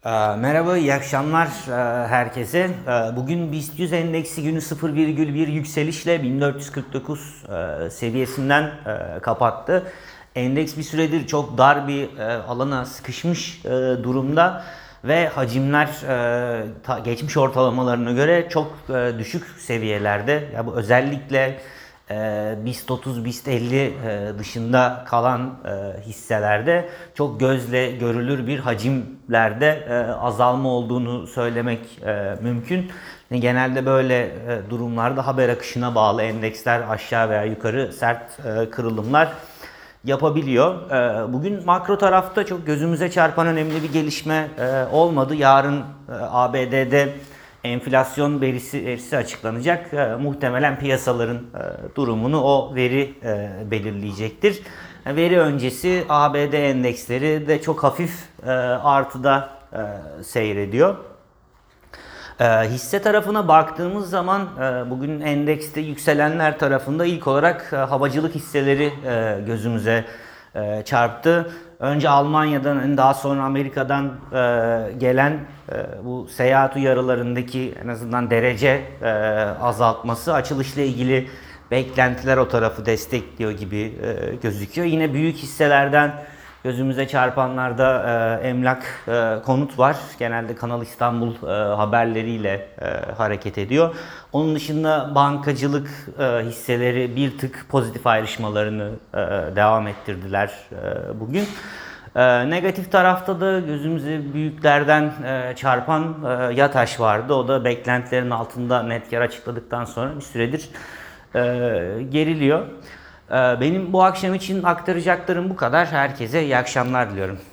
Merhaba, iyi akşamlar herkese. Bugün BIST 100 endeksi günü 0,1 yükselişle 1449 seviyesinden kapattı. Endeks bir süredir çok dar bir alana sıkışmış durumda ve hacimler geçmiş ortalamalarına göre çok düşük seviyelerde. Ya bu özellikle BIST 30, BIST 50 dışında kalan hisselerde çok gözle görülür bir hacimlerde azalma olduğunu söylemek mümkün. Genelde böyle durumlarda haber akışına bağlı endeksler aşağı veya yukarı sert kırılımlar yapabiliyor. Bugün makro tarafta çok gözümüze çarpan önemli bir gelişme olmadı. Yarın ABD'de enflasyon verisi açıklanacak. Muhtemelen piyasaların durumunu o veri belirleyecektir. Veri öncesi ABD endeksleri de çok hafif artıda seyrediyor. Hisse tarafına baktığımız zaman bugün endekste yükselenler tarafında ilk olarak havacılık hisseleri gözümüze çarptı. Önce Almanya'dan, daha sonra Amerika'dan gelen bu seyahat uyarılarındaki en azından derece azaltması açılışla ilgili beklentiler o tarafı destekliyor gibi gözüküyor. Yine büyük hisselerden gözümüze çarpanlarda emlak, konut var. Genelde Kanal İstanbul haberleriyle hareket ediyor. Onun dışında bankacılık hisseleri bir tık pozitif ayrışmalarını devam ettirdiler bugün. Negatif tarafta da gözümüze büyüklerden çarpan Yataş vardı. O da beklentilerin altında net kar açıkladıktan sonra bir süredir geriliyor. Benim bu akşam için aktaracaklarım bu kadar. Herkese iyi akşamlar diliyorum.